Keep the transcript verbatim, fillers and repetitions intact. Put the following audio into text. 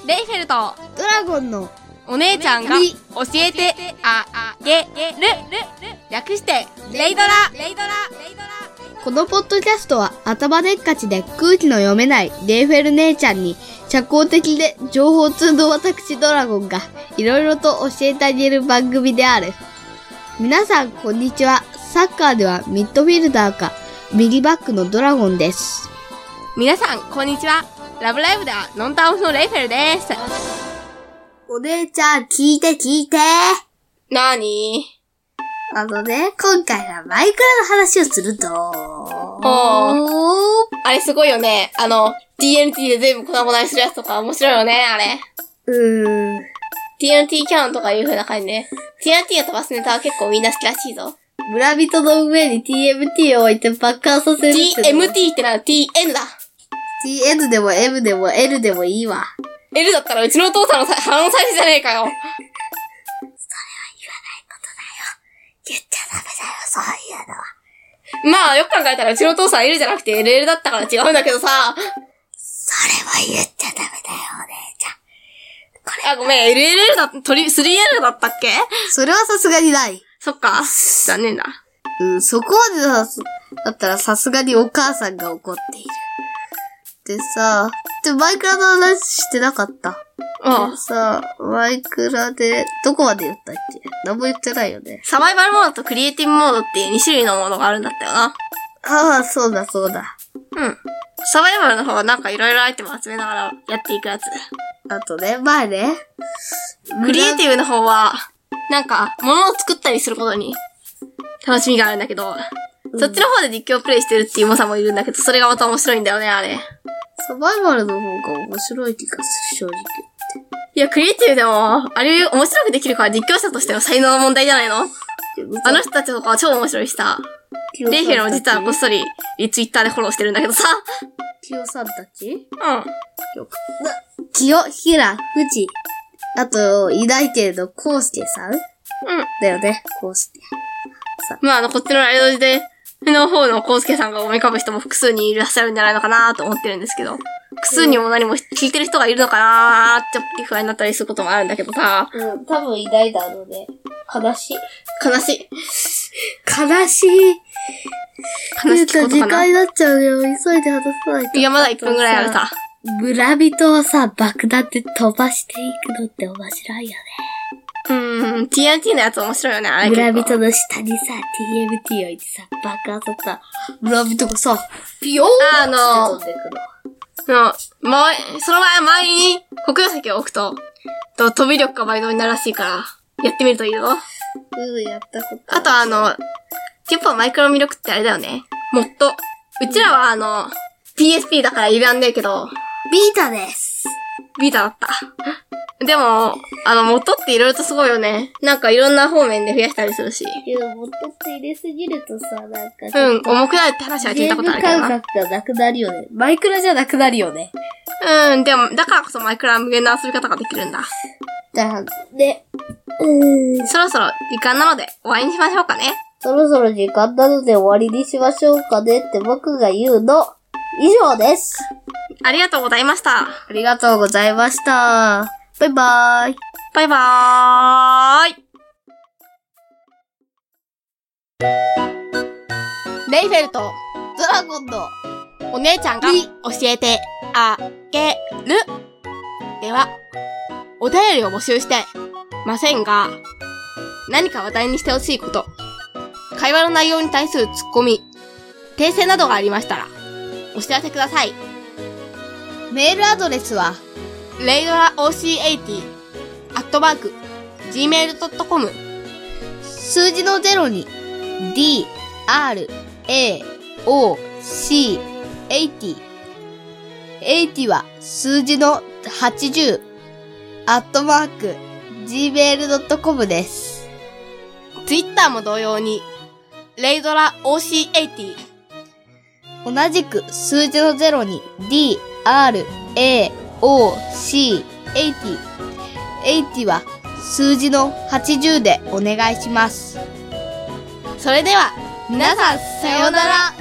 レイフェルトドラゴンのお姉ちゃんが教えてあげる略してレイドラレイドラレイドラ。 このポッドキャストは頭でっかちで空気の読めないレイフェル姉ちゃんに社交的で情報通の私ドラゴンがいろいろと教えてあげる番組である。皆さんこんにちは。サッカーではミッドフィルダーか右バックのドラゴンです。 皆さんこんにちは。ラブライブではノンタンオフのレイフェルです。 お姉ちゃん聞いて聞いて。 なーにあのね、今回はマイクラの話をすると、 おー。あれすごいよね。あの、ティーエヌティー で全部粉々にするやつとか面白いよね、あれ。 うーん。 ティーエヌティー キャノンとかいう風な感じで。ティーエヌティー が飛ばすネタは結構みんな好きらしいぞ。 村人の上に ティーエムティー を置いて爆破させるって。 ティーエムティー ってのは ティーエヌ だ。 ティーエヌ でも M でも L でもいいわ。 L だったらうちのお父さんの鼻のサイズじゃねえかよ。 言っちゃダメだよ、そういうのは。 まあ、よく考えたらうちのお父さん L じゃなくて エルエル だったから違うんだけどさ。 それは言っちゃダメだよ、お姉ちゃん。 これ。あ、ごめん、エルエル だ、トリ、スリーエル だったっけ？ それはさすがにない。 そっか。残念だ。 うん、そこまでだ、だったらさすがにお母さんが怒っている。でさ、で、マイクラの話してなかった。 ああ。 でさ、マイクラで、どこまで言ったっけ？何も言ってないよね。 サバイバルモードとクリエイティブモードっていうに種類のものがあるんだったよな。 ああ、そうだそうだ。 うん。サバイバルの方はなんかいろいろアイテム集めながらやっていくやつ。 あとね、前ね。 クリエイティブの方は、なんか、物を作ったりすることに楽しみがあるんだけど、うん、そっちの方で実況プレイしてるっていう猛者もいるんだけど、それがまた面白いんだよね、あれ。 サバイバルの方が面白い気がする、正直。 いや、クリエイティブでも、あれ面白くできるから実況者としての才能の問題じゃないの？あの人たちとかは超面白いしさ。レイフェルも実はこっそりツイッターでフォローしてるんだけどさ。 キヨさんたち？うん。 よく。 キヨ、ヒラ、フジ。あと、いないけれど、コウスケさん？うん。だよね、コウスケ。 まあ、あの、こっちのライドで、の方のコウスケさんが思い浮かぶ人も複数にいらっしゃるんじゃないのかなと思ってるんですけど。複数にも何も聞いてる人がいるのかなーってちょっと不安になったりすることもあるんだけどさ。 うん、多分いないだろうね。悲しい。 悲しい。 悲しい。 悲しいことかな。 時間になっちゃうよ。急いで話さないと。 いや、まだいっぷんぐらいあるさ。 村人をさ、爆弾で飛ばしていくのって面白いよね。 うーん、ティーエヌティー のやつ面白いよね、あれ。 村人の下にさ、ティーエムティー 置いてさ、爆発させた村人がさ、ピヨーンって飛んでくの。 の、ま、その前、周りに黒曜石を置くと、と飛び力が倍増になるらしいから、やってみるといいよ。 うん、やったことああとあの、やっぱマイクロの魅力ってあれだよね。もっと。うちらはあの、ピーエスピー だから指輪んねえけど、 ビータです。 ビータだった。でも、あの、元っていろいろとすごいよね。なんかいろんな方面で増やしたりするし。 いや、元って入れすぎるとさ、なんか。 うん、重くなるって話は聞いたことあるけどな。 ゲーム感覚がなくなるよね。マイクラじゃなくなるよね。 うん、でも、だからこそマイクラは無限な遊び方ができるんだ。 だ、で、うーん。 そろそろ時間なので終わりにしましょうかね。 そろそろ時間なので終わりにしましょうかねって僕が言うの。以上です。 ありがとうございました。 ありがとうございました。バイバーイ。 バイバーイ。レイフェルとドラゴンのお姉ちゃんが教えてあげる。では、お便りを募集してませんが、何か話題にしてほしいこと、会話の内容に対するツッコミ、訂正などがありましたら、お知らせください。 メールアドレスは、 レイドラ オーシーエイティー アットマーク ジーメールドットコム数字のゼロに D R A O C エイティ エイティは数字のはちじゅうアットマーク ジーメールドットコム です。 ツイッターも同様にレイドラ オーシーエイティー同じく数字のゼロに D R A O C エイティ エイティは数字のはちじゅうでお願いします。 それでは皆さんさようなら。